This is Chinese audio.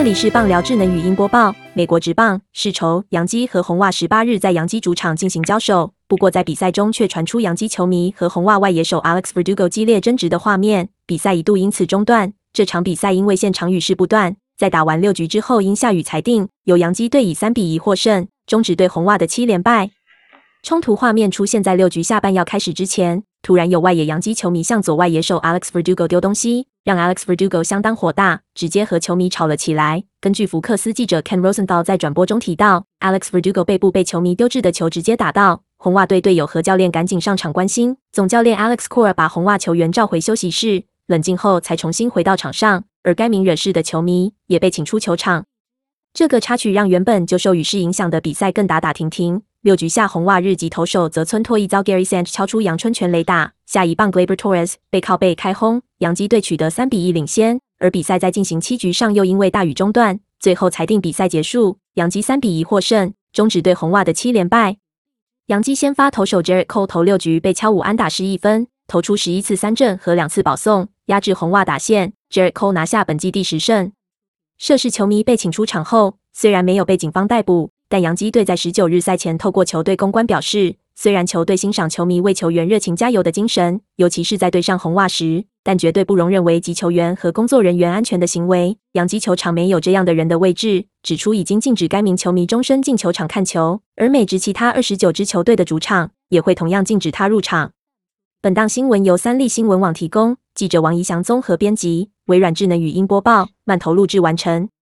这里是棒聊智能语音播报。美国职棒世仇洋基和红袜18日在洋基主场进行交手，不过在比赛中却传出洋基球迷和红袜外野手 Alex Verdugo 激烈争执的画面，比赛一度因此中断。这场比赛因为现场雨势不断，在打完6局之后因下雨裁定，由洋基队以3比1获胜，终止对红袜的7连败。冲突画面出现在6局下半要开始之前，突然有外野洋基球迷向左外野手 Alex Verdugo 丢东西，让 Alex Verdugo 相当火大，直接和球迷吵了起来。根据福克斯记者 Ken Rosenthal 在转播中提到 ，Alex Verdugo 背部被球迷丢掷的球直接打到，红袜队队友和教练赶紧上场关心。总教练 Alex Cora 把红袜球员召回休息室，冷静后才重新回到场上，而该名惹事的球迷也被请出球场。这个插曲让原本就受雨势影响的比赛更打打停停。6局下，红袜日籍投手泽村拓一遭 Gary Sanchez 敲出阳春全垒打，下一棒 Gleyber Torres 背靠背开轰，洋基队取得3比1领先。而比赛在进行7局上又因为大雨中断，最后裁定比赛结束，洋基3比1获胜，终止对红袜的7连败。洋基先发投手 Gerrit Cole 头6局被敲5安打11分，投出11次三振和2次保送，压制红袜打线。Gerrit Cole 拿下本季第10胜。涉事球迷被请出场后，虽然没有被警方逮捕，但洋基队在19日赛前透过球队公关表示，虽然球队欣赏球迷为球员热情加油的精神，尤其是在对上红袜时，但绝对不容忍危及球员和工作人员安全的行为。洋基球场没有这样的人的位置，指出已经禁止该名球迷终身进球场看球，而美职其他29支球队的主场也会同样禁止他入场。本档新闻由三立新闻网提供，记者王怡翔综合编辑，微软智能语音播报，慢投录制完成。